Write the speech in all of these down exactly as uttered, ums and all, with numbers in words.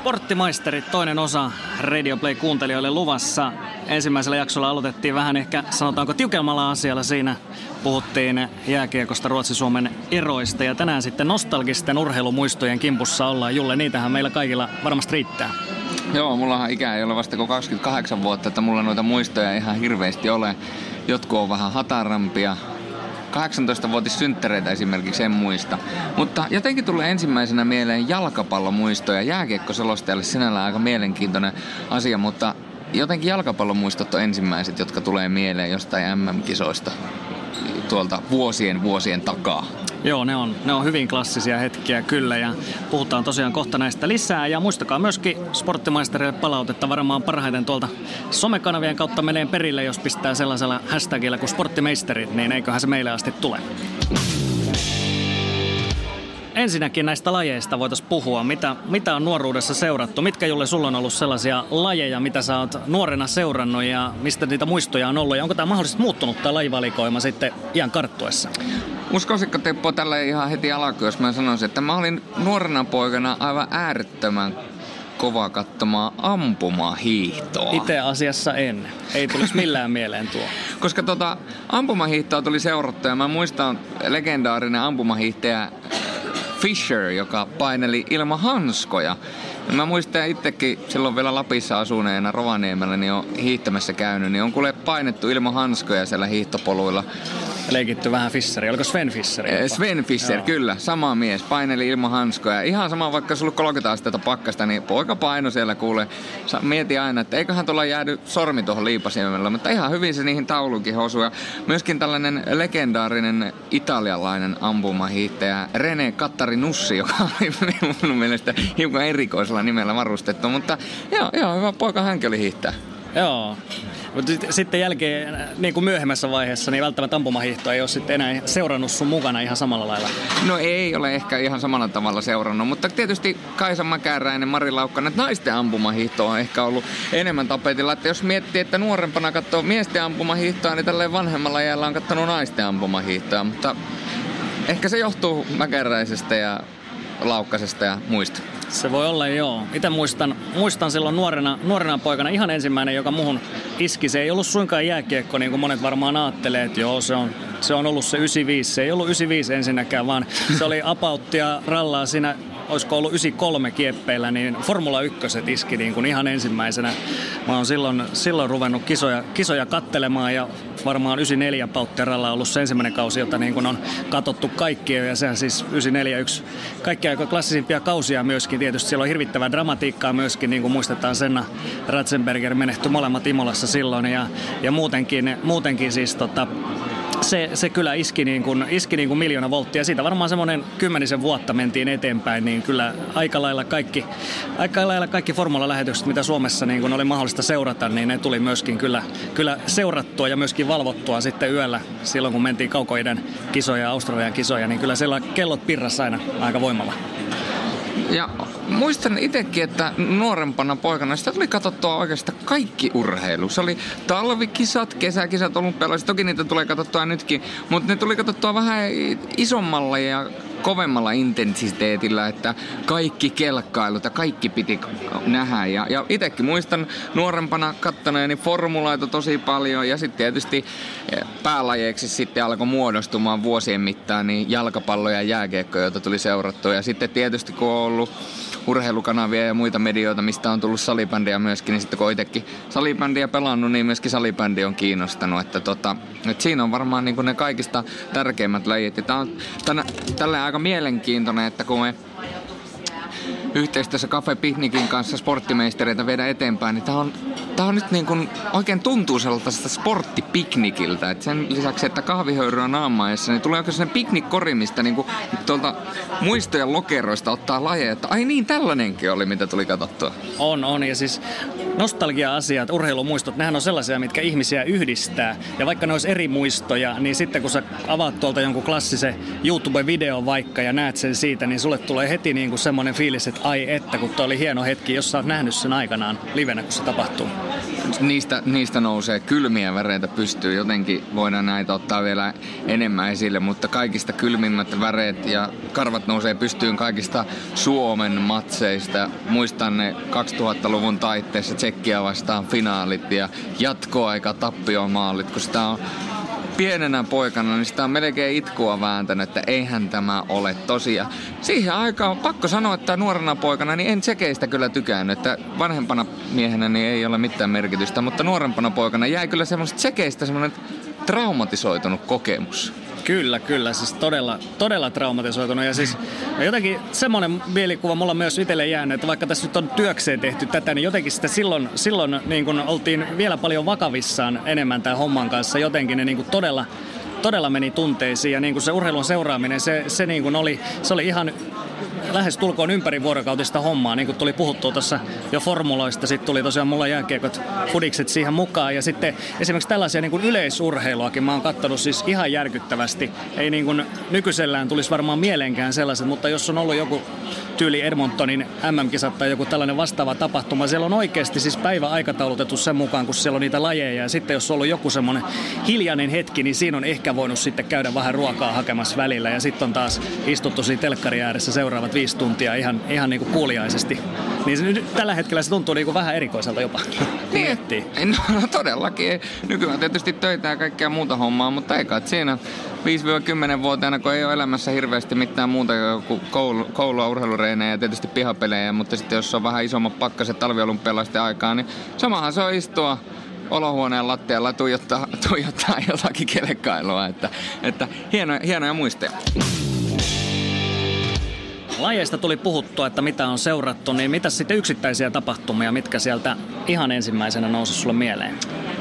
Sporttimaisterit, toinen osa Radio Play-kuuntelijoille luvassa. Ensimmäisellä jaksolla aloitettiin vähän ehkä, sanotaanko, tiukemmalla asialla. Siinä puhuttiin jääkiekosta, Ruotsi-Suomen eroista ja tänään sitten nostalgisten urheilumuistojen kimpussa ollaan. Julle, niitähän meillä kaikilla varmasti riittää. Joo, mullahan ikä ei ole vasta kuin kaksikymmentäkahdeksan vuotta, että mulla noita muistoja ihan hirveästi ole. Jotkut on vähän hatarampia. kahdeksantoistavuotissynttäreitä esimerkiksi en muista. Mutta jotenkin tulee ensimmäisenä mieleen jalkapallomuistoja. Jääkiekkoselostajalle sinällään aika mielenkiintoinen asia, mutta jotenkin jalkapallomuistot on ensimmäiset, jotka tulee mieleen jostain M M-kisoista tuolta vuosien vuosien takaa. Joo, ne on, ne on hyvin klassisia hetkiä kyllä ja puhutaan tosiaan kohta näistä lisää ja muistakaa myöskin Sporttimaisterille palautetta varmaan parhaiten tuolta somekanavien kautta menee perille, jos pistää sellaisella hashtagilla kuin Sporttimeisterit, niin eiköhän se meille asti tule. Ensinnäkin näistä lajeista voitaisiin puhua. Mitä, mitä on nuoruudessa seurattu? Mitkä, Julle, sulla on ollut sellaisia lajeja, mitä sä oot nuorena seurannut ja mistä niitä muistoja on ollut? Ja onko tämä mahdollisesti muuttunut tämä lajivalikoima sitten iän karttuessa? Uskoisitko, Teppo, tälle ihan heti alkuun, jos mä sanoisin, että mä olin nuorena poikana aivan äärettömän kova katsomaan ampumahiihtoa. Itse asiassa en. Ei tulisi millään mieleen tuo. Koska tota, ampumahiihtoa tuli seurattua ja mä muistan legendaarinen ampumahiihtäjä Fisher, joka paineli ilman hanskoja. Ja mä muistan itsekin silloin vielä Lapissa asuneena Rovaniemellä, niin on hiihtämässä käynyt, niin on kuule painettu ilman hanskoja siellä hiihtopoluilla. Leikitty vähän Fisheri. Oliko Sven Fischer? Jopa? Sven Fischer, Joo. Kyllä. Sama mies. Paineli ilman hanskoja. Ihan sama, vaikka sulla kolmekymmentä astetta pakkasta, niin poika paino siellä kuule. Mieti aina, että eiköhän tuolla jäädy sormi tuohon liipasiemellä, mutta ihan hyvin se niihin tauluunkin osui. Ja myöskin tällainen legendaarinen italialainen ampumahiihtäjä René Cattarinussi, joka oli mun mielestä hiukan erikoisella nimellä varustettu, mutta joo, joo hyvä poika hänkin oli hiihtää. Joo. Mutta sitten jälkeen, niin kuin myöhemmässä vaiheessa, niin välttämättä ampumahiihtoa ei ole sitten enää seurannut sun mukana ihan samalla lailla. No ei ole ehkä ihan samalla tavalla seurannut, mutta tietysti Kaisa Mäkäräinen, Mari Laukkanen, että naisten ampumahiihto on ehkä ollut enemmän tapetilla. Että jos miettii, että nuorempana katsoo miesten ampumahiihtoa, niin tälleen vanhemmalla iällä on katsonut naisten ampumahiihtoa, mutta ehkä se johtuu Mäkäräisestä ja Laukkasesta ja muista. Se voi olla, joo. Itse muistan, muistan silloin nuorena, nuorena poikana ihan ensimmäinen, joka muhun iski. Se ei ollut suinkaan jääkiekko, niin kuin monet varmaan ajattelee, että joo, se on, se on ollut se yhdeksänkymmentäviisi. Se ei ollut yhdeksänkymmentäviisi ensinnäkään, vaan se oli apauttia rallaa siinä, olisiko ollut yhdeksänkymmentäkolme kieppeillä, niin Formula yksi iski niin kuin ihan ensimmäisenä. Mä oon silloin, silloin ruvennut kisoja, kisoja kattelemaan ja varmaan yhdeksänkymmentäneljä pauttia rallaa on ollut se ensimmäinen kausi, jota niin kuin on katsottu kaikkia. Ja sehän siis yhdeksänkymmentäneljä yksi kaikkia aika klassisimpia kausia myöskin. Tietysti siellä on hirvittävää dramatiikkaa myöskin, niin kuin muistetaan Senna Ratzenberger menehtyi molemmat Imolassa silloin. Ja, ja muutenkin, muutenkin siis tota, Se, se kyllä iski niin kuin, iski niin kuin miljoona volttia. Siitä varmaan semmoinen kymmenisen vuotta mentiin eteenpäin, niin kyllä aika lailla kaikki, aika lailla kaikki formula-lähetykset, mitä Suomessa niin kuin oli mahdollista seurata, niin ne tuli myöskin kyllä, kyllä seurattua ja myöskin valvottua sitten yöllä silloin, kun mentiin Kaukoidän kisoja ja Australian kisoja, niin kyllä siellä kellot pirras aina aika voimalla. Ja muistan itsekin, että nuorempana poikana sitä tuli katsottua oikeastaan kaikki urheilu. Se oli talvikisat, kesäkisat, olympialaiset, toki niitä tulee katsottua nytkin, mutta ne tuli katsottua vähän isommalla ja kovemmalla intensiteetillä, että kaikki kelkkailut ja kaikki piti nähdä. Ja, ja itsekin muistan nuorempana kattoneeni formulaita tosi paljon ja sitten tietysti päälajeeksi sitten alkoi muodostumaan vuosien mittaan niin jalkapallo ja jääkiekko, joita tuli seurattua. Ja sitten tietysti kun on ollut urheilukanavia ja muita medioita, mistä on tullut salibändiä myöskin, niin sitten kun itsekin salibändiä pelannut, niin myöskin salibändi on kiinnostanut. Että tota, että siinä on varmaan niin kuin ne kaikista tärkeimmät lajit. Ja tämä on tänä, tällä aika mielenkiintoinen, että kun me yhteistyössä Cafe Picnicin kanssa sporttimeistereitä viedään eteenpäin, niin tämä on, tämä on nyt niin kuin oikein tuntuu sellaiselta sporttipiknikiltä. Et sen lisäksi, että kahvihöyry on naamaessa, niin tulee oikein sellainen piknikkori, mistä niin kuin tuolta muistojen lokeroista ottaa lajeja, että ai niin, tällainenkin oli, mitä tuli katsottua. On, on. Ja siis nostalgia-asiat, urheilumuistot, nehän on sellaisia, mitkä ihmisiä yhdistää. Ja vaikka ne olisi eri muistoja, niin sitten kun sä avaat tuolta jonkun klassisen YouTube-videon vaikka ja näet sen siitä, niin sulle tulee heti niin kuin semmoinen fiilis, että ai että, kun toi oli hieno hetki, jos sä oot nähnyt sen aikanaan livenä, kun se tapahtuu. niistä, niistä nousee kylmiä väreitä pystyy. Jotenkin voidaan näitä ottaa vielä enemmän esille, mutta kaikista kylmimmät väreet ja karvat nousee pystyyn kaikista Suomen matseista. Muistan ne kaksituhattaluvun taitteessa Tsekkiä vastaan finaalit ja jatkoaika tappiomaalit, kun sitä on pienenä poikana, niin sitä on melkein itkua vääntänyt, että eihän tämä ole tosia. Siihen aikaan pakko sanoa, että nuorena poikana niin en tsekeistä kyllä tykännyt, että vanhempana miehenä niin ei ole mitään merkitystä, mutta nuorempana poikana jäi kyllä semmoista tsekeistä semmoinen traumatisoitunut kokemus. Kyllä, kyllä. Siis todella, todella traumatisoitunut. Ja siis jotenkin semmoinen mielikuva mulla myös itselle jäänyt, että vaikka tässä nyt on työkseen tehty tätä, niin jotenkin sitä silloin, silloin niin kun oltiin vielä paljon vakavissaan enemmän tämän homman kanssa. Jotenkin ne niin kun todella, todella meni tunteisiin ja niin kun se urheilun seuraaminen, se, se, niin kun oli, se oli ihan lähes tulkoon ympäri vuorokautista hommaa, niin kuin tuli puhuttua tuossa jo formuloista. Sitten tuli tosiaan mulla jääkiekot, fudikset siihen mukaan. Ja sitten esimerkiksi tällaisia niin kuin yleisurheiluakin mä oon kattonut siis ihan järkyttävästi. Ei niin kuin nykyisellään tulisi varmaan mieleenkään sellaiset, mutta jos on ollut joku tyyli Edmontonin M M-kisat tai joku tällainen vastaava tapahtuma, siellä on oikeasti siis päivä aikataulutettu sen mukaan, kun siellä on niitä lajeja. Ja sitten jos on ollut joku semmoinen hiljainen hetki, niin siinä on ehkä voinut sitten käydä vähän ruokaa hakemassa välillä. Ja sitten on taas istuttu siinä telkkari ääressä seuraavat viisi tuntia ihan, ihan niin kuin kuuliaisesti. Niin se nyt, tällä hetkellä se tuntuu niin kuin vähän erikoiselta jopa, kun miettii. No, no todellakin. Nykyään tietysti töitä ja kaikkea muuta hommaa, mutta ei kai siinä viisi-kymmenen-vuotiaana, kun ei ole elämässä hirveästi mitään muuta kuin koulu, koulua, urheilureinejä ja tietysti pihapelejä, mutta sitten jos on vähän isommat pakkaset talviolympialaisten aikaa, niin samahan se on istua olohuoneen lattialla tuijottaa, tuijottaa jotakin kelkkailua, että, että hienoja, hienoja muisteja. Lajeista tuli puhuttua, että mitä on seurattu, niin mitä sitten yksittäisiä tapahtumia, mitkä sieltä ihan ensimmäisenä nousi sulle mieleen?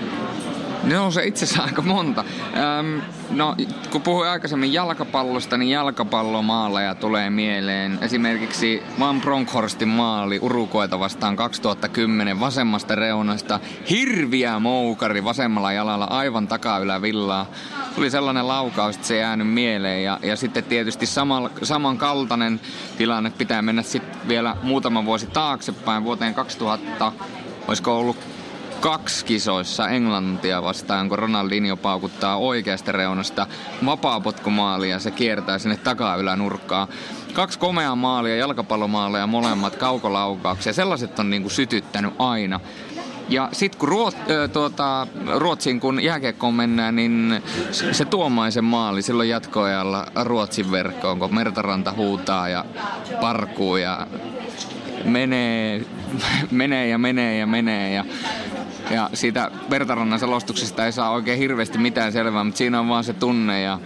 Ne on se itse asiassa aika monta. Öm, no, kun puhuin aikaisemmin jalkapallosta, niin jalkapallomaaleja tulee mieleen. Esimerkiksi Van Bronckhorsttin maali Uruguayta vastaan kaksituhattakymmenen vasemmasta reunasta. Hirviä moukari vasemmalla jalalla aivan takaylävillaa. Tuli sellainen laukaus, että se ei jäänyt mieleen. Ja, ja sitten tietysti saman, samankaltainen tilanne pitää mennä sitten vielä muutama vuosi taaksepäin vuoteen kaksituhatta. Olisiko ollut kaksi kisoissa Englantia vastaan, kun Ronaldinho paukuttaa oikeasta reunasta vapaapotkumaalia ja se kiertää sinne takaylänurkkaan. Kaksi komeaa maalia, jalkapallomaaleja molemmat, kaukolaukauksia. Sellaiset on niinku sytyttänyt aina. Ja sitten kun Ruot, äh, tuota, Ruotsiin kun jääkiekkoon mennään, niin se Tuomaisen maali silloin jatkoajalla Ruotsin verkkoon, kun Mertaranta huutaa ja parkuu ja menee, menee ja menee ja menee ja Ja siitä Mertarannan selostuksesta ei saa oikein hirveästi mitään selvää, mutta siinä on vaan se tunne ja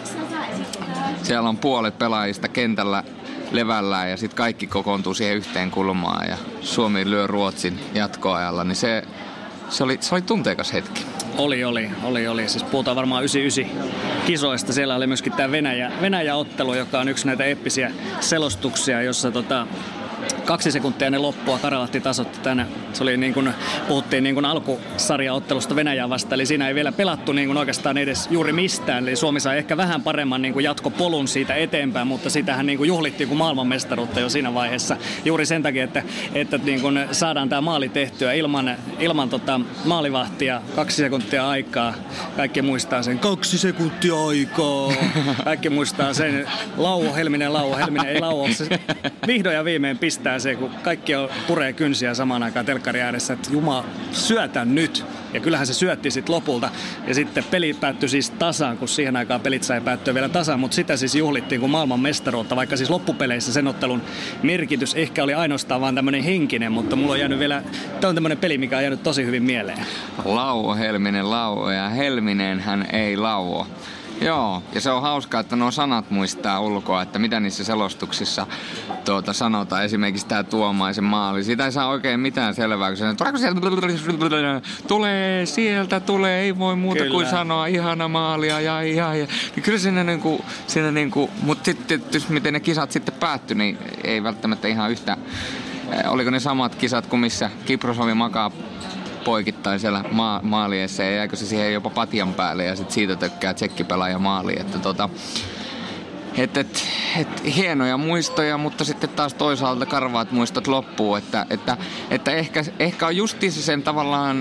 siellä on puolet pelaajista kentällä levällään ja sitten kaikki kokoontuu siihen yhteen kulmaan ja Suomi lyö Ruotsin jatkoajalla, niin se, se, oli, se oli tunteikas hetki. Oli, oli, oli, oli. Siis puhutaan varmaan yhdeksänkymmentäyhdeksän kisoista. Siellä oli myöskin tämä Venäjä, Venäjä-ottelu, joka on yksi näitä eeppisiä selostuksia, jossa tota, kaksi sekuntia ennen loppua Karalahti tasoitti tänne. Se oli niin kuin, puhuttiin niin kuin alkusarjaottelusta Venäjää vastaan, eli siinä ei vielä pelattu niin kuin oikeastaan edes juuri mistään. Eli Suomi sai ehkä vähän paremman niin kuin jatkopolun siitä eteenpäin, mutta sitähän niin kuin juhlittiin kuin maailmanmestaruutta jo siinä vaiheessa. Juuri sen takia, että, että niin kuin saadaan tämä maali tehtyä ilman, ilman tota maalivahtia, kaksi sekuntia aikaa. Kaikki muistaa sen, kaksi sekuntia aikaa. Kaikki muistaa sen, Lauo, Helminen, Lauo, Helminen, ei Lauo. Se vihdoin ja viimein pistää se, kun kaikki on, puree kynsiä samaan aikaan telkkari ääressä, että Jumala, syötä nyt. Ja kyllähän se syötti sitten lopulta. Ja sitten peli päättyi siis tasaan, kun siihen aikaan pelit sai päättyä vielä tasaan, mutta sitä siis juhlittiin kuin maailman mestaruutta, vaikka siis loppupeleissä sen ottelun merkitys ehkä oli ainoastaan vaan tämmöinen henkinen, mutta mulla on jäänyt vielä, tämä on tämmöinen peli, mikä on jäänyt tosi hyvin mieleen. Lauo, Helminen, Lauo ja Helminen hän ei lauo. Joo, ja se on hauskaa, että nuo sanat muistaa ulkoa, että mitä niissä selostuksissa tuota, sanotaan. Esimerkiksi tämä Tuomaisen maali. Siitä ei saa oikein mitään selvää, kun se sieltä, tulee sieltä, tulee, ei voi muuta kyllä kuin sanoa, ihana maalia, ja, ja, ja. Niin kyllä siinä niinku, siinä niinku, mutta sitten miten ne kisat sitten päättyi, niin ei välttämättä ihan yhtä. Oliko ne samat kisat kuin missä Kiprosovi makaa poikittain siellä ma- maaliessa ja jäikö se siihen jopa patjan päälle ja sit siitä tökkää tsekkipelaaja maaliin. Että tota, et, et, et, hienoja muistoja, mutta sitten taas toisaalta karvaat muistot loppuu. Että, että, että ehkä, ehkä on justiinsa sen tavallaan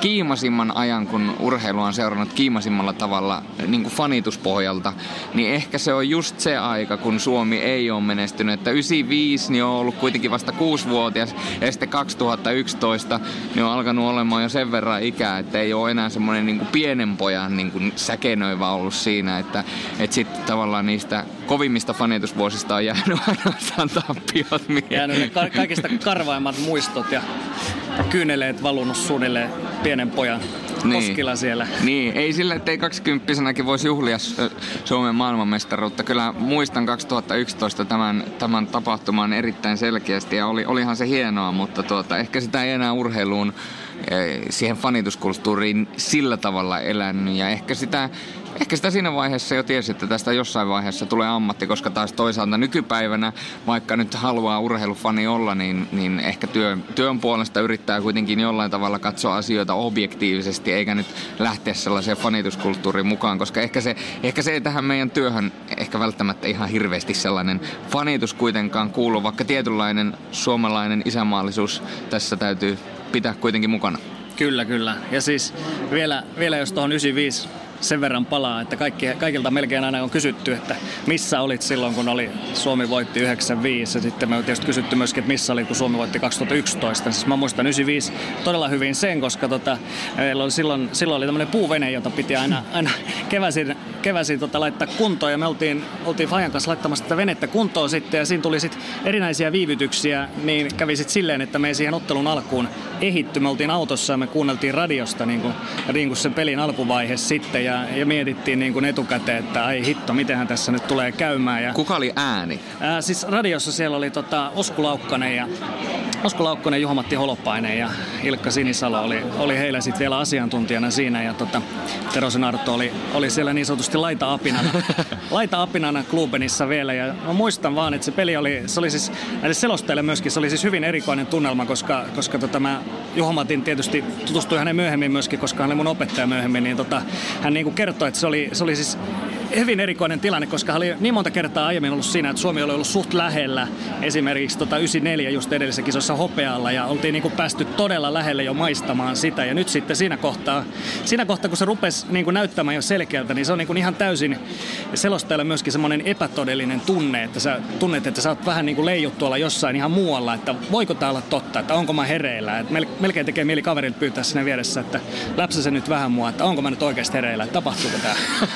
kiimasimman ajan, kun urheilua on seurannut kiimasimmalla tavalla niin kuin fanituspohjalta, niin ehkä se on just se aika, kun Suomi ei ole menestynyt. Että yhdeksänkymmentäviisi niin on ollut kuitenkin vasta kuusivuotias ja sitten kaksituhattayksitoista niin on alkanut olemaan jo sen verran ikää, että ei ole enää semmoinen niin kuin pienen pojan niin kuin säkenöivä ollut siinä, että, että sitten tavallaan niistä kovimmista fanitusvuosista on jäänyt ainoastaan tappiot mieleen. Jäänyt ne ka- kaikista karvaimmat muistot ja kyyneleet valunut suunnilleen pienen pojan niin. koskilla siellä. Niin, ei sillä, ettei kaksikymppisenäkin voisi juhlia Suomen maailmanmestaruutta. Kyllä muistan kaksituhattayksitoista tämän, tämän tapahtuman erittäin selkeästi ja oli, olihan se hienoa, mutta tuota, ehkä sitä ei enää urheiluun, siihen fanituskulttuuriin sillä tavalla elänyt ja ehkä sitä Ehkä sitä siinä vaiheessa jo tiesi, että tästä jossain vaiheessa tulee ammatti, koska taas toisaalta nykypäivänä, vaikka nyt haluaa urheilufani olla, niin, niin ehkä työn, työn puolesta yrittää kuitenkin jollain tavalla katsoa asioita objektiivisesti, eikä nyt lähteä sellaiseen fanituskulttuuriin mukaan, koska ehkä se, ehkä se ei tähän meidän työhön ehkä välttämättä ihan hirveästi sellainen fanitus kuitenkaan kuulu, vaikka tietynlainen suomalainen isänmaallisuus tässä täytyy pitää kuitenkin mukana. Kyllä, kyllä. Ja siis vielä, vielä jos tuohon yhdeksänkymmentäviisi sen verran palaa, että kaikki, kaikilta melkein aina on kysytty, että missä olit silloin, kun oli, Suomi voitti yhdeksänkymmentäviisi. Ja sitten me on tietysti kysytty myöskin, että missä oli, kun Suomi voitti kaksituhattayksitoista. Siis mä muistan yhdeksänkymmentäviisi todella hyvin sen, koska tota, meillä oli silloin, silloin oli tämmöinen puuvene, jota piti aina, aina keväisin, keväisin tota, laittaa kuntoon. Ja me oltiin, oltiin Fajan kanssa laittamassa tätä venettä kuntoon sitten. Ja siinä tuli sitten erinäisiä viivytyksiä. Niin kävi sitten silleen, että me ei siihen ottelun alkuun ehitty. Me oltiin autossa ja me kuunneltiin radiosta niin kuin, niin kuin sen pelin alkuvaihe sitten. Ja, ja mietittiin niin kuin etukäteen, että ai hitto, mitenhän tässä nyt tulee käymään. Ja, kuka oli ääni? Ää, siis radiossa siellä oli tota, Osku Laukkanen ja Osku Laukkanen, Juha-Matti Holopainen ja Ilkka Sinisalo oli, oli heillä sitten vielä asiantuntijana siinä. Ja tota, Terosen Arto oli, oli siellä niin sanotusti laita-apinana, laita-apinana Klubenissa vielä. Ja mä muistan vaan, että se peli oli, se oli siis näille selostajille myöskin, se oli siis hyvin erikoinen tunnelma, koska, koska tota, mä Juha-Matin tietysti tutustuin hänen myöhemmin myöskin, koska hän oli mun opettaja myöhemmin, niin tota, hän niin kuin kertoi, että se oli, se oli siis hyvin erikoinen tilanne, koska hän oli niin monta kertaa aiemmin ollut siinä, että Suomi oli ollut suht lähellä esimerkiksi tota yhdeksänkymmentäneljä just edellisessä kisossa hopealla ja oltiin niin kuin päästy todella lähelle jo maistamaan sitä ja nyt sitten siinä kohtaa, siinä kohtaa kun se rupesi niin kuin näyttämään jo selkeältä, niin se on niin kuin ihan täysin selostajalle myöskin semmoinen epätodellinen tunne, että sä tunnet, että sä oot vähän niin kuin leijut tuolla jossain ihan muualla, että voiko tää olla totta, että onko mä hereillä, että melkein tekee mieli kaverilta pyytää sinne vieressä, että läpsä se nyt vähän mua, että onko mä nyt oikeasti hereillä, että tapahtuuko tää.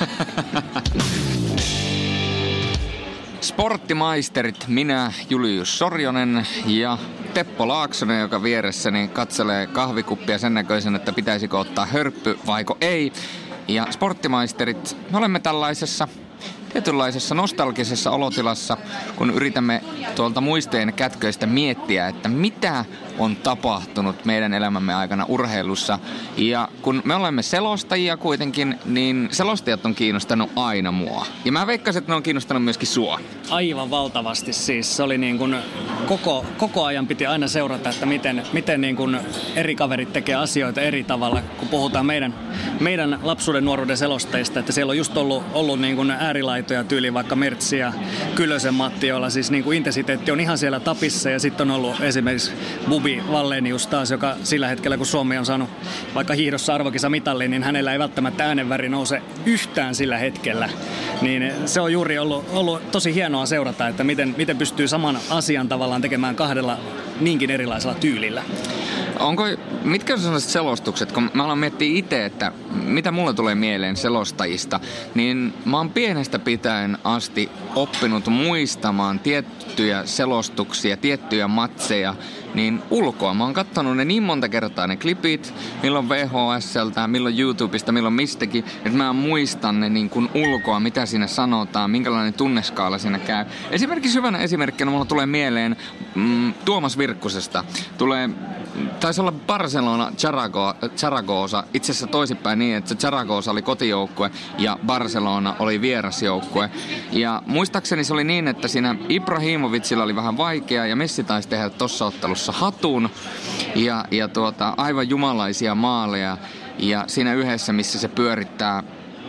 Sporttimaisterit, minä Julius Sorjonen ja Teppo Laaksonen, joka vieressäni katselee kahvikuppia sen näköisen, että pitäisikö ottaa hörppy vaiko ei. Ja Sporttimaisterit, me olemme tällaisessa tietynlaisessa nostalgisessa olotilassa, kun yritämme tuolta muisteen kätköistä miettiä, että mitä on tapahtunut meidän elämämme aikana urheilussa. Ja kun me olemme selostajia kuitenkin, niin selostajat on kiinnostanut aina mua. Ja mä veikkasin, että ne on kiinnostanut myöskin sua. Aivan valtavasti siis. Se oli niin kuin koko, koko ajan piti aina seurata, että miten, miten niin kuin eri kaverit tekee asioita eri tavalla, kun puhutaan meidän, meidän lapsuuden nuoruuden selostajista. Että siellä on just ollut, ollut niin kuin äärilaitoja tyyliin vaikka Mertsi ja Kylösen Matti, jolla siis niin kuin intensiteetti on ihan siellä tapissa. Ja sitten on ollut esimerkiksi Bubi Wallenius taas, joka sillä hetkellä, kun Suomi on saanut vaikka hiihdossa arvokisamitalli, niin hänellä ei välttämättä äänenväri nouse yhtään sillä hetkellä. Niin se on juuri ollut, ollut tosi hienoa seurata, että miten, miten pystyy saman asian tavallaan tekemään kahdella niinkin erilaisella tyylillä. Onko, mitkä on sellaiset selostukset, kun mä aloin miettiä itse, että mitä mulle tulee mieleen selostajista, niin mä oon pienestä pitäen asti oppinut muistamaan tiettyjä selostuksia, tiettyjä matseja, niin ulkoa. Mä oon kattonut ne niin monta kertaa ne klipit, milloin V H S:ltä, milloin YouTubesta, milloin mistäkin, että mä muistan ne niin kuin ulkoa, mitä siinä sanotaan, minkälainen tunneskaala siinä käy. Esimerkiksi hyvänä esimerkkinä mulla tulee mieleen mm, Tuomas Virkkusesta. Tulee, taisi olla Barcelona Zaragoza, itse asiassa toisinpäin niin, että Zaragoza oli kotijoukkue ja Barcelona oli vierasjoukkue. Ja muistaakseni se oli niin, että siinä Ibrahimovicilla oli vähän vaikea ja Messi taisi tehdä tossa ottelussa hatun ja, ja tuota, aivan jumalaisia maaleja ja siinä yhdessä, missä se pyörittää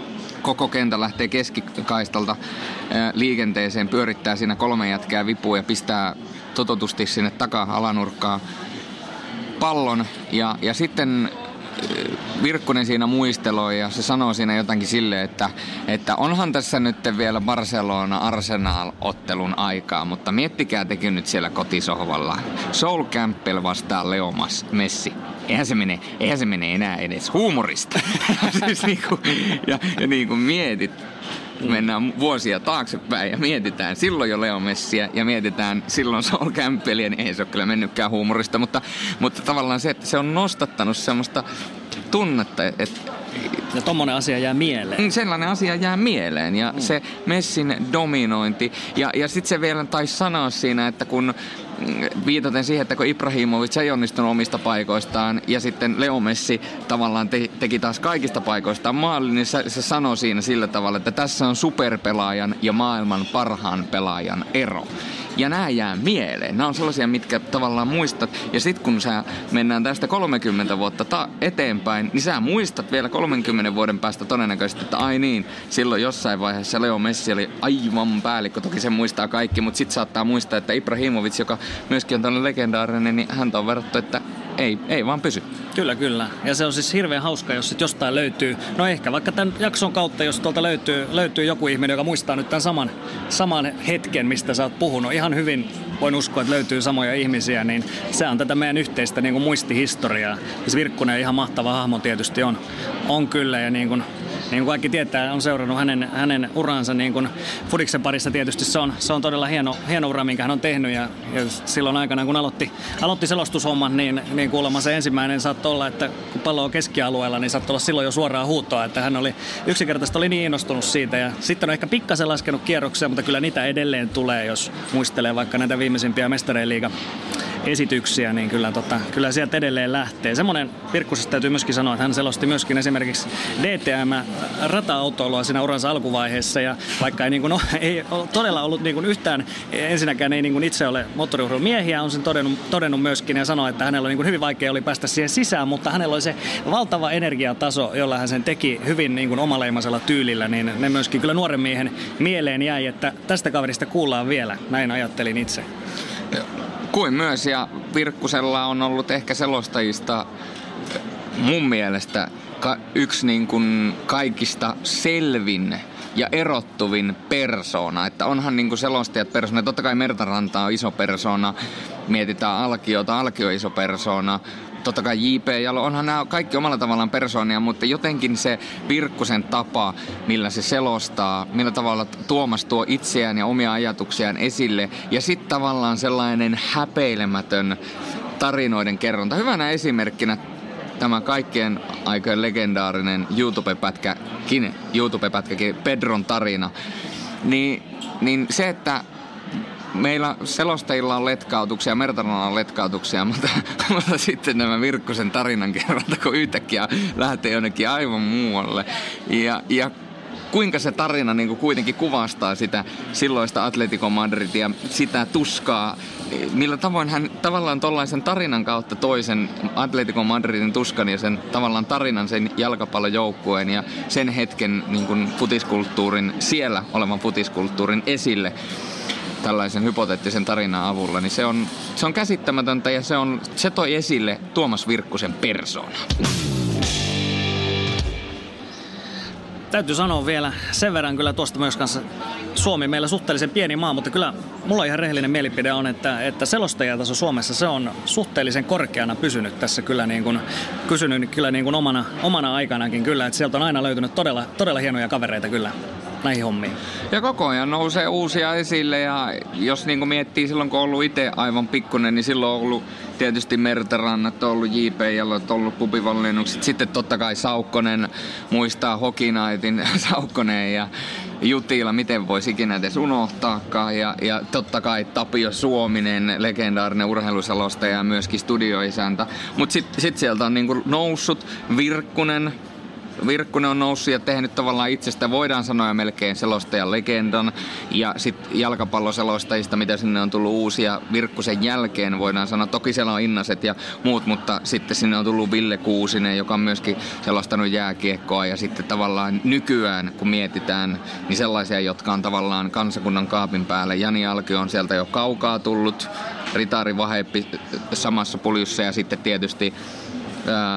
koko kentän, lähtee keskikaistalta ää, liikenteeseen, pyörittää siinä kolme jätkää vipuun ja pistää tototusti sinne taka-alanurkkaan pallon ja, ja sitten Virkkunen siinä muisteloi ja se sanoo siinä jotakin silleen, että, että onhan tässä nyt vielä Barcelona-Arsenal-ottelun aikaa, mutta miettikää tekin nyt siellä kotisohvalla. Sol Campbell vastaa Leo Messi. Eihän se mene, eihän se mene enää edes huumorista. siis niinku, ja, ja niin kuin mietit, mennään vuosia taaksepäin ja mietitään silloin jo Leo Messiä ja mietitään silloin Sol Campbellia, niin ei se ole kyllä mennytkään huumorista, mutta, mutta tavallaan se, että se on nostattanut semmoista tunnetta, että ja tommonen asia jää mieleen. Sellainen asia jää mieleen ja mm. se Messin dominointi ja, ja sitten se vielä taisi sanoa siinä, että kun viitaten siihen, että kun Ibrahimovic ei onnistunut omista paikoistaan ja sitten Leo Messi tavallaan te, teki taas kaikista paikoistaan maalin, niin se, se sanoi siinä sillä tavalla, että tässä on superpelaajan ja maailman parhaan pelaajan ero. Ja nämä jää mieleen. Nämä on sellaisia, mitkä tavallaan muistat. Ja sit kun sä mennään tästä kolmekymmentä vuotta ta- eteenpäin, niin sä muistat vielä kolmenkymmenen vuoden päästä todennäköisesti, että ai niin, silloin jossain vaiheessa Leo Messi oli aivan päällikkö. Toki se muistaa kaikki, mutta sit saattaa muistaa, että Ibrahimovic, joka myöskin on tällainen legendaarinen, niin häntä on verrattu, että ei, ei vaan pysy. Kyllä, kyllä. Ja se on siis hirveän hauska, jos sit jostain löytyy, no ehkä vaikka tämän jakson kautta, jos tuolta löytyy, löytyy joku ihminen, joka muistaa nyt tämän saman, saman hetken, mistä sä oot puhunut. Ihan hyvin voin uskoa, että löytyy samoja ihmisiä, niin se on tätä meidän yhteistä niin kuin muistihistoriaa. Siis Virkkunen ihan mahtava hahmo tietysti on, on kyllä, ja niin kuin, niin kuin kaikki tietää, on seurannut hänen, hänen uransa niin kuin Fudiksen parissa tietysti. Se on, se on todella hieno, hieno ura, minkä hän on tehnyt, ja, ja silloin aikana, kun aloitti, aloitti selostushomman, niin, niin kuulemma se ensimmäinen saattoi olla, että kun pallo on keskialueella, niin saattoi olla silloin jo suoraa huutoa, että hän oli yksinkertaisesti oli niin innostunut siitä, ja sitten on ehkä pikkasen laskenut kierroksia, mutta kyllä niitä edelleen tulee, jos muistelee vaikka näitä viimeisimpiä Mestarien liigan esityksiä, niin kyllä, tota, kyllä sieltä edelleen lähtee. Semmoinen Virkkusesta täytyy myöskin sanoa, että hän selosti myöskin esimerkiksi D T M-rata-autoilua siinä uransa alkuvaiheessa, ja vaikka ei, niin kuin, no, ei ole todella ollut niin kuin yhtään, ensinnäkään ei niin kuin itse ole moottoriurheilumiehiä, on sen todennut, todennut myöskin ja sanoi, että hänellä oli niin kuin hyvin vaikea oli päästä siihen sisään, mutta hänellä oli se valtava energiataso, jolla hän sen teki hyvin niin kuin omaleimaisella tyylillä, niin ne myöskin kyllä nuoren miehen mieleen jäi, että tästä kaverista kuullaan vielä, näin ajattelin itse. Kuin myös, ja Virkkusella on ollut ehkä selostajista mun mielestä ka- yksi niin kuin kaikista selvin ja erottuvin persoona. Että onhan niin kuin selostajat persoona. Totta kai Mertaranta on iso persoona. Mietitään Alkiota, Alkio on iso persoona. Totta kai J P Jalo, onhan nämä kaikki omalla tavallaan persoonia, mutta jotenkin se Virkkusen tapa, millä se selostaa, millä tavalla Tuomas tuo itseään ja omia ajatuksiaan esille. Ja sitten tavallaan sellainen häpeilemätön tarinoiden kerronta. Hyvänä esimerkkinä tämä kaikkien aikojen legendaarinen YouTube-pätkäkin, YouTube-pätkäkin Pedron tarina. Niin, niin se, että meillä selostajilla on letkautuksia, Mertarilla on letkautuksia, mutta, mutta sitten nämä Virkkusen tarinan kerronta, kun yhtäkkiä lähtee jonnekin aivan muualle. Ja, ja kuinka se tarina niin kuin kuitenkin kuvastaa sitä silloista Atletico Madridia, sitä tuskaa, millä tavoin hän tavallaan tollaisen tarinan kautta toisen Atletico Madridin tuskan ja sen tavallaan tarinan sen jalkapallojoukkueen ja sen hetken niin kuin futiskulttuurin, siellä olevan futiskulttuurin esille tällaisen hypoteettisen tarinan avulla, niin se on, se on käsittämätöntä ja se, on, se toi esille Tuomas Virkkusen persoona. Täytyy sanoa vielä sen verran kyllä tuosta myös kanssa, Suomi meillä suhteellisen pieni maa, mutta kyllä mulla ihan rehellinen mielipide on, että, että selostajataso Suomessa se on suhteellisen korkeana pysynyt tässä kyllä niin kuin, kysynyt kyllä niin kuin omana, omana aikanakin kyllä, että sieltä on aina löytynyt todella, todella hienoja kavereita kyllä näihin hommiin. Ja koko ajan nousee uusia esille ja jos niin kuin miettii silloin kun on ollut itse aivan pikkunen, niin silloin on ollut tietysti Mertarannat, on ollut J P Jallot, on ollut pubivallennukset, sitten totta kai Saukkonen muistaa Hockey Nightin, Saukkonen ja Jutila, miten voisi ikinä edes unohtaakaan. Ja, ja totta kai Tapio Suominen, legendaarinen urheiluselostaja ja myöskin studioisäntä. Mutta sitten sit sieltä on niinku noussut Virkkunen. Virkkunen on noussut ja tehnyt tavallaan itsestä, voidaan sanoa melkein selostajan legendan. Ja sitten jalkapalloselostajista, mitä sinne on tullut uusia Virkkusen jälkeen, voidaan sanoa. Toki siellä on Innaset ja muut, mutta sitten sinne on tullut Ville Kuusinen, joka on myöskin selostanut jääkiekkoa. Ja sitten tavallaan nykyään, kun mietitään, niin sellaisia, jotka on tavallaan kansakunnan kaapin päällä. Jani Alkio on sieltä jo kaukaa tullut, Ritari Vaheppi samassa puljussa ja sitten tietysti Ää,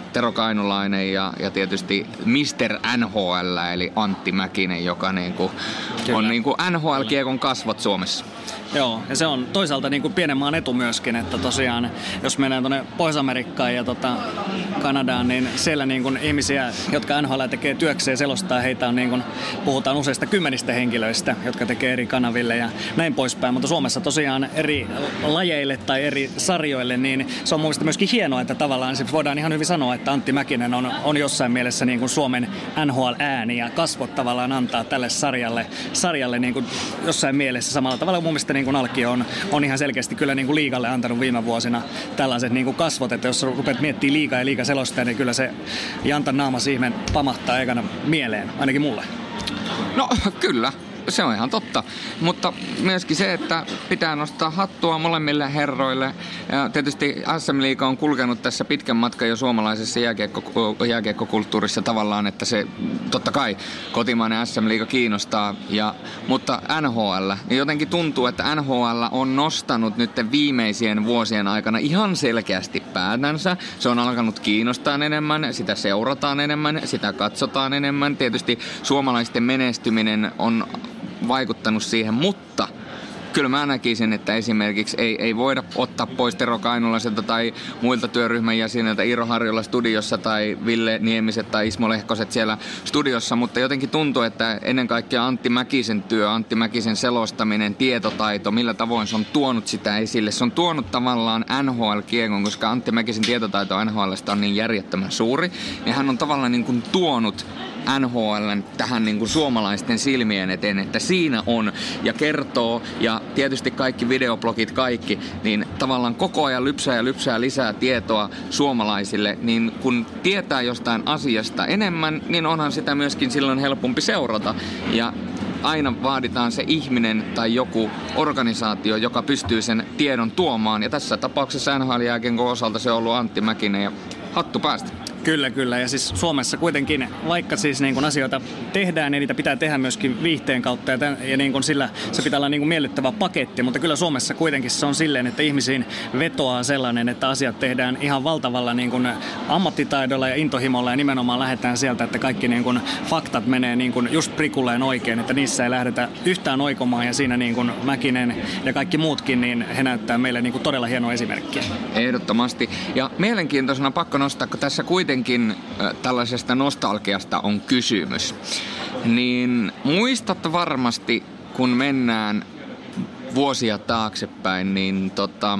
Tero Kainulainen ja, ja tietysti mister N H L eli Antti Mäkinen, joka niinku on niinku N H L-kiekon kasvot Suomessa. Joo, ja se on toisaalta niin kuin pienen maan etu myöskin, että tosiaan jos mennään tuonne Pohjois-Amerikkaan ja tota Kanadaan, niin siellä niin kuin ihmisiä, jotka N H L tekee työkseen, selostaa heitä on niin kuin, puhutaan useista kymmenistä henkilöistä, jotka tekee eri kanaville ja näin poispäin, mutta Suomessa tosiaan eri lajeille tai eri sarjoille, niin se on mun mielestä myöskin hienoa, että tavallaan se voidaan ihan hyvin sanoa, että Antti Mäkinen on, on jossain mielessä niin kuin Suomen N H L-ääni ja kasvot tavallaan antaa tälle sarjalle, sarjalle niin kuin jossain mielessä samalla tavalla mun mielestä niin kuin Alkio on, on ihan selkeästi kyllä niin kuin liigalle antanut viime vuosina tällaiset niin kuin kasvot, että jos rupeat miettimään liigaa ja liigaselostajia, niin kyllä se Jantan naama siihen pamahtaa ekana mieleen, ainakin mulle. No kyllä. Se on ihan totta, mutta myöskin se, että pitää nostaa hattua molemmille herroille. Ja tietysti S M-liiga on kulkenut tässä pitkän matkan jo suomalaisessa jääkiekko, jääkiekkokulttuurissa tavallaan, että se totta kai kotimainen S M-liiga kiinnostaa, ja, mutta N H L, niin jotenkin tuntuu, että N H L on nostanut nyt viimeisien vuosien aikana ihan selkeästi päätänsä. Se on alkanut kiinnostaa enemmän, sitä seurataan enemmän, sitä katsotaan enemmän. Tietysti suomalaisten menestyminen on vaikuttanut siihen, mutta kyllä mä näkisin, että esimerkiksi ei, ei voida ottaa pois Tero Kainulaiselta tai muilta työryhmän jäseniltä Iiro Harjola studiossa tai Ville Niemiset tai Ismo Lehkoset siellä studiossa, mutta jotenkin tuntuu, että ennen kaikkea Antti Mäkisen työ, Antti Mäkisen selostaminen, tietotaito, millä tavoin se on tuonut sitä esille. Se on tuonut tavallaan N H L-kiekon, koska Antti Mäkisen tietotaito N H L:stä on niin järjettömän suuri, niin hän on tavallaan niin kuin tuonut N H L:n tähän niin kuin suomalaisten silmien eteen, että siinä on ja kertoo ja tietysti kaikki videoblogit kaikki, niin tavallaan koko ajan lypsää ja lypsää lisää tietoa suomalaisille, niin kun tietää jostain asiasta enemmän, niin onhan sitä myöskin silloin helpompi seurata ja aina vaaditaan se ihminen tai joku organisaatio, joka pystyy sen tiedon tuomaan ja tässä tapauksessa N H L-jääkiekon osalta se on ollut Antti Mäkinen ja hattu päästä. Kyllä, kyllä. Ja siis Suomessa kuitenkin, vaikka siis niin kun asioita tehdään, niin niitä pitää tehdä myöskin viihteen kautta. Ja, tämän, ja niin kun sillä se pitää olla niin kun miellyttävä paketti. Mutta kyllä Suomessa kuitenkin se on silleen, että ihmisiin vetoaa sellainen, että asiat tehdään ihan valtavalla niin kun ammattitaidolla ja intohimolla. Ja nimenomaan lähdetään sieltä, että kaikki niin kun faktat menee niin kun just prikulleen oikein. Että niissä ei lähdetä yhtään oikomaan. Ja siinä niin kun Mäkinen ja kaikki muutkin, niin he näyttää meille niin kun todella hienoa esimerkkiä. Ehdottomasti. Ja mielenkiintoisena pakko nostaa, kun tässä kuitenkin Kuitenkin tällaisesta nostalgiasta on kysymys. Niin muistat varmasti, kun mennään vuosia taaksepäin, niin tota,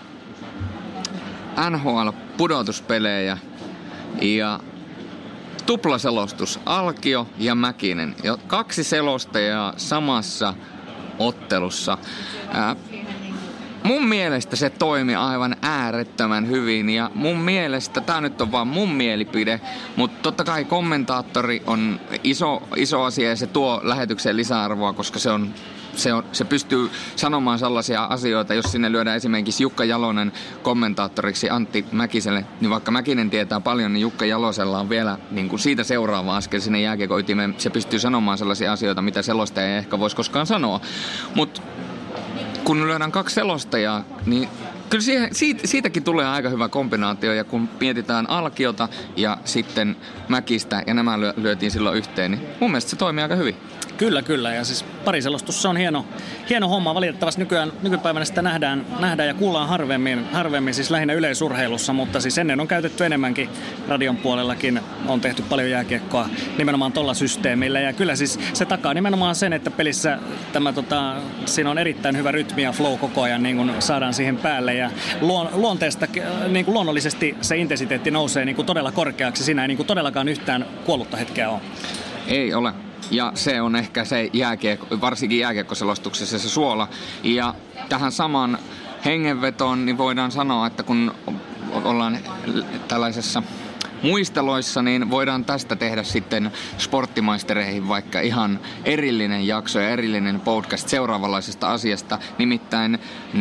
N H L-pudotuspelejä ja tuplaselostus Alkio ja Mäkinen. Kaksi selostajaa samassa ottelussa. Ää, Mun mielestä se toimi aivan äärettömän hyvin ja mun mielestä, tää nyt on vaan mun mielipide, mutta totta kai kommentaattori on iso, iso asia ja se tuo lähetykseen lisäarvoa, koska se on Se, on, se pystyy sanomaan sellaisia asioita, jos sinne lyödään esimerkiksi Jukka Jalonen kommentaattoriksi Antti Mäkiselle, niin vaikka Mäkinen tietää paljon, niin Jukka Jalosella on vielä niin kuin siitä seuraava askel sinne jääkiekon-ytimeen. Se pystyy sanomaan sellaisia asioita, mitä selostaja ei ehkä voisi koskaan sanoa. Mutta kun lyödään kaksi selostajaa, niin kyllä siihen, siitä, siitäkin tulee aika hyvä kombinaatio. Ja kun mietitään Alkiota ja sitten Mäkistä ja nämä lyö, lyötiin silloin yhteen, niin mun mielestä se toimii aika hyvin. Kyllä, kyllä. Ja siis pariselostus, se on hieno, hieno homma. Valitettavasti nykyään, nykypäivänä sitä nähdään, nähdään ja kuullaan harvemmin, harvemmin, siis lähinnä yleisurheilussa, mutta siis ennen on käytetty enemmänkin radion puolellakin. On tehty paljon jääkiekkoa nimenomaan tolla systeemillä. Ja kyllä siis se takaa nimenomaan sen, että pelissä tämä, tota, siinä on erittäin hyvä rytmi ja flow koko ajan, niin kun saadaan siihen päälle. Ja luon, luonteesta, niin kuin luonnollisesti se intensiteetti nousee niin kuin todella korkeaksi. Siinä ei niin kuin todellakaan yhtään kuollutta hetkeä ole. Ei ole. Ja se on ehkä se jääkiekko, varsinkin jääkiekkoselostuksessa se suola. Ja tähän saman hengenvetoon niin voidaan sanoa, että kun ollaan tällaisessa muisteloissa, niin voidaan tästä tehdä sitten sporttimaistereihin vaikka ihan erillinen jakso ja erillinen podcast seuraavanlaisesta asiasta, nimittäin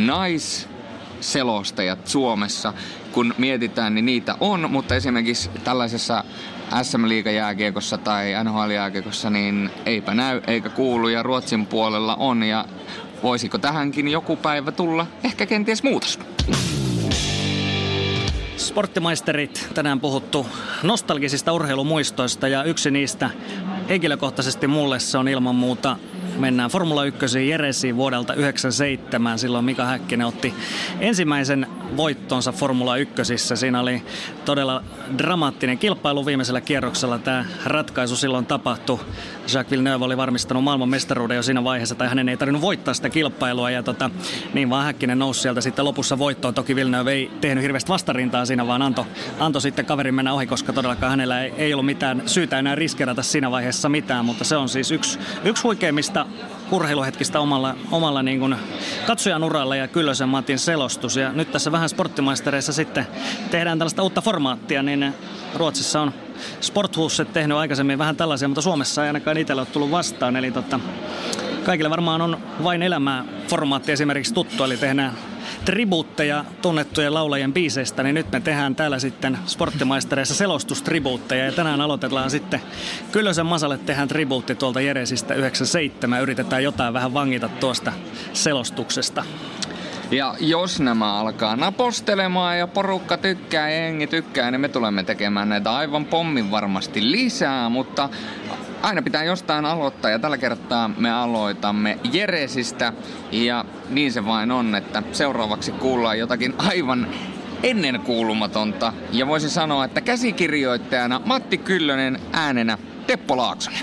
naisselostajat Suomessa. Kun mietitään, niin niitä on, mutta esimerkiksi tällaisessa S M-liigajääkiekossa tai N H L-jääkiekossa, niin eipä näy eikä kuulu ja Ruotsin puolella on ja voisiko tähänkin joku päivä tulla ehkä kenties muutos? Sporttimaisterit, tänään puhuttu nostalgisista urheilumuistoista ja yksi niistä henkilökohtaisesti mulle se on ilman muuta. Mennään Formula yksi Jeresiin vuodelta yhdeksänkymmentäseitsemän. Silloin Mika Häkkinen otti ensimmäisen voittonsa Formula ykkösissä. Siinä oli todella dramaattinen kilpailu viimeisellä kierroksella. Tämä ratkaisu silloin tapahtui. Jacques Villeneuve oli varmistanut maailman mestaruuden jo siinä vaiheessa, tai hänen ei tarvinnut voittaa sitä kilpailua. Ja tota, niin vaan Häkkinen nousi sieltä sitten lopussa voittoon. Toki Villeneuve ei tehnyt hirveästi vastarintaa siinä, vaan antoi, antoi sitten kaverin mennä ohi, koska todellakaan hänellä ei, ei ollut mitään syytä enää riskeerata siinä vaiheessa mitään. Mutta se on siis yksi, yksi huikeimmista urheiluhetkistä omalla, omalla niin kuin katsojan uralla ja Kyllösen Matin selostus. Ja nyt tässä vähän sporttimaistereissa sitten tehdään tällaista uutta formaattia, niin Ruotsissa on Sporthuset tehnyt aikaisemmin vähän tällaisia, mutta Suomessa ei ainakaan itselle ole tullut vastaan. Eli totta, kaikille varmaan on vain elämää formaatti esimerkiksi tuttu, eli tehdään tribuutteja tunnettujen laulajien biiseistä, niin nyt me tehdään täällä sitten sporttimaistereissa selostustribuutteja ja tänään aloitellaan sitten Kyllösen Masalle tehdään tribuutti tuolta Jeresistä yhdeksänkymmentäseitsemän. Yritetään jotain vähän vangita tuosta selostuksesta. Ja jos nämä alkaa napostelemaan ja porukka tykkää ja jengi tykkää, niin me tulemme tekemään näitä aivan pommin varmasti lisää, mutta aina pitää jostain aloittaa ja tällä kertaa me aloitamme Jeresistä ja niin se vain on, että seuraavaksi kuullaan jotakin aivan ennenkuulumatonta ja voisin sanoa, että käsikirjoittajana Matti Kyllönen, äänenä Teppo Laaksonen.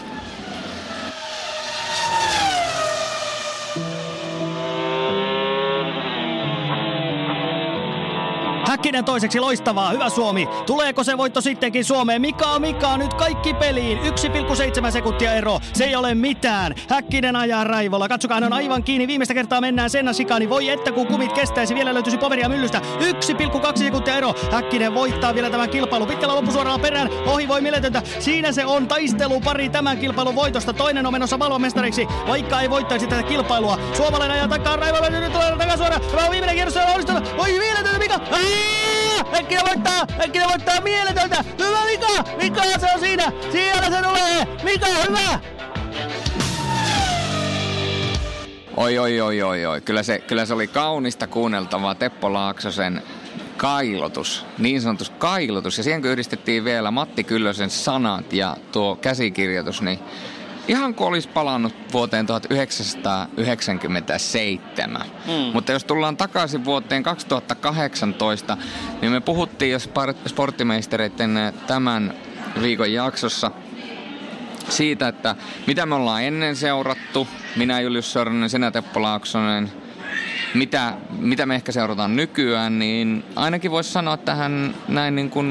Häkkinen toiseksi, loistavaa, hyvä Suomi. Tuleeko se voitto sittenkin Suomeen? Mika, Mika, nyt kaikki peliin. yksi pilkku seitsemän sekuntia ero, se ei ole mitään. Häkkinen ajaa raivolla, katsokaa, hän on aivan kiinni. Viimeistä kertaa mennään Senna Chicane. Voi että kun kumit kestäisi, vielä löytyisi Poveria myllystä. yksi pilkku kaksi sekuntia ero. Häkkinen voittaa vielä tämän kilpailun. Pitkällä loppusuoralla perään, ohi voi mieletöntä. Siinä se on taistelupari tämän kilpailun voitosta. Toinen on menossa maailmanmestariksi, vaikka ei voittaisi tätä kilpailua. Suomalainen ajaa takaa raivolla, nyt tulee takasuora. Tämä on viimeinen kierros, voi mieletöntä Mika. Häkkinen voittaa! Häkkinen voittaa mieletöntä! Hyvä Mika! Mika se on siinä! Siellä se tulee! Mika, hyvä! Oi, oi, oi, oi, oi. Kyllä se, kyllä se oli kaunista kuunneltavaa Teppo Laaksosen kailotus, niin sanotus kailotus. Ja siihen kun yhdistettiin vielä Matti Kyllösen sanat ja tuo käsikirjoitus, niin ihan kuin olisi palannut vuoteen tuhatyhdeksänsataayhdeksänkymmentäseitsemän. Mm. Mutta jos tullaan takaisin vuoteen kaksituhattakahdeksantoista, niin me puhuttiin jo sporttimeistereiden tämän viikon jaksossa siitä, että mitä me ollaan ennen seurattu. Minä Julius Sorinen, sinä Teppo Laaksonen. Mitä, mitä me ehkä seurataan nykyään, niin ainakin voisi sanoa tähän näin niin kuin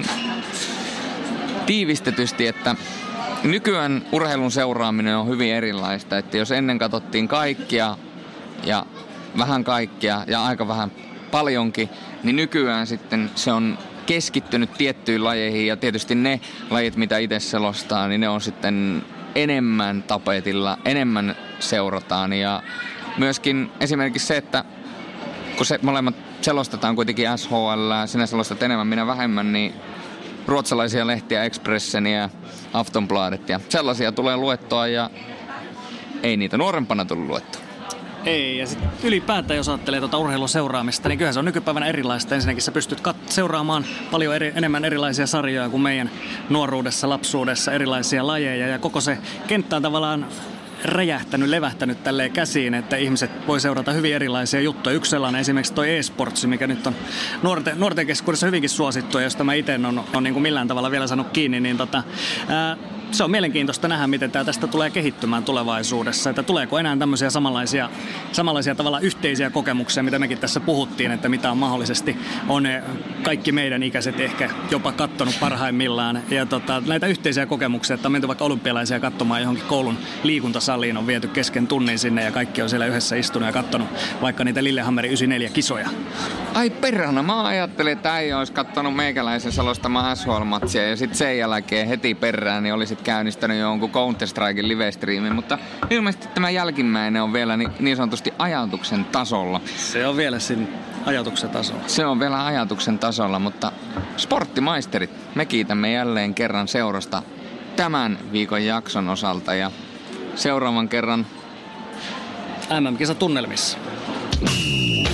tiivistetysti, että nykyään urheilun seuraaminen on hyvin erilaista, että jos ennen katsottiin kaikkia ja vähän kaikkia ja aika vähän paljonkin, niin nykyään sitten se on keskittynyt tiettyihin lajeihin ja tietysti ne lajit, mitä itse selostaa, niin ne on sitten enemmän tapetilla, enemmän seurataan ja myöskin esimerkiksi se, että kun se molemmat selostetaan kuitenkin S H L, sinä selostat enemmän, minä vähemmän, niin ruotsalaisia lehtiä, Expressen ja Aftonbladet ja sellaisia tulee luettua ja ei niitä nuorempana tullut luettua. Ei, ja sitten ylipäätään jos ajattelee tuota urheilun seuraamista, niin kyllähän se on nykypäivänä erilaista. Ensinnäkin sä pystyt kat- seuraamaan paljon eri, enemmän erilaisia sarjoja kuin meidän nuoruudessa, lapsuudessa, erilaisia lajeja ja koko se kenttä on tavallaan räjähtänyt, levähtänyt tälleen käsiin, että ihmiset voi seurata hyvin erilaisia juttuja. Yksi sellainen esimerkiksi toi e-sportsi, mikä nyt on nuorten, nuorten keskuudessa hyvinkin suosittu, ja josta mä itse on, on niin kuin millään tavalla vielä saanut kiinni, niin tota, ää, se on mielenkiintoista nähdä, miten tämä tästä tulee kehittymään tulevaisuudessa, että tuleeko enää tämmöisiä samanlaisia, samanlaisia tavalla yhteisiä kokemuksia, mitä mekin tässä puhuttiin, että mitä on mahdollisesti on kaikki meidän ikäiset ehkä jopa kattonut parhaimmillaan, ja tota, näitä yhteisiä kokemuksia, että on menty vaikka olympialaisia katsomaan johonkin koulun liikuntasaliin, on viety kesken tunnin sinne ja kaikki on siellä yhdessä istunut ja kattonut vaikka niitä Lillehammerin yhdeksänkymmentäneljä kisoja. Ai perhana, mä ajattelin, että äijä olisi kattonut meikäläisen selostamaan S H L-matsia ja sitten sen jälkeen heti perään niin olisit käynnistänyt jonkun Counter-Strikein live-striimin, mutta ilmeisesti tämä jälkimmäinen on vielä niin, niin sanotusti ajatuksen tasolla. Se on vielä siinä ajatuksen tasolla. Se on vielä ajatuksen tasolla, mutta sporttimaisterit, me kiitämme jälleen kerran seurasta tämän viikon jakson osalta ja seuraavan kerran M M-kisa tunnelmissa.